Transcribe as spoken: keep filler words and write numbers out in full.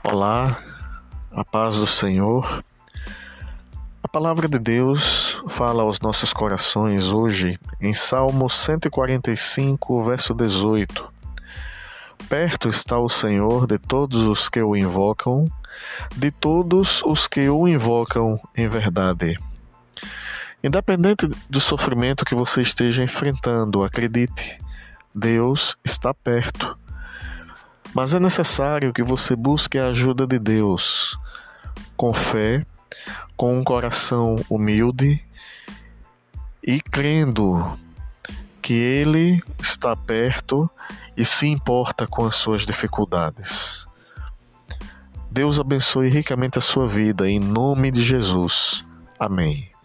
Olá, a paz do Senhor. A palavra de Deus fala aos nossos corações hoje em Salmo cento e quarenta e cinco, verso dezoito. Perto está o Senhor de todos os que o invocam, de todos os que o invocam em verdade. Independente do sofrimento que você esteja enfrentando, acredite, Deus está perto. Mas é necessário que você busque a ajuda de Deus, com fé, com um coração humilde e crendo que Ele está perto e se importa com as suas dificuldades. Deus abençoe ricamente a sua vida, em nome de Jesus. Amém.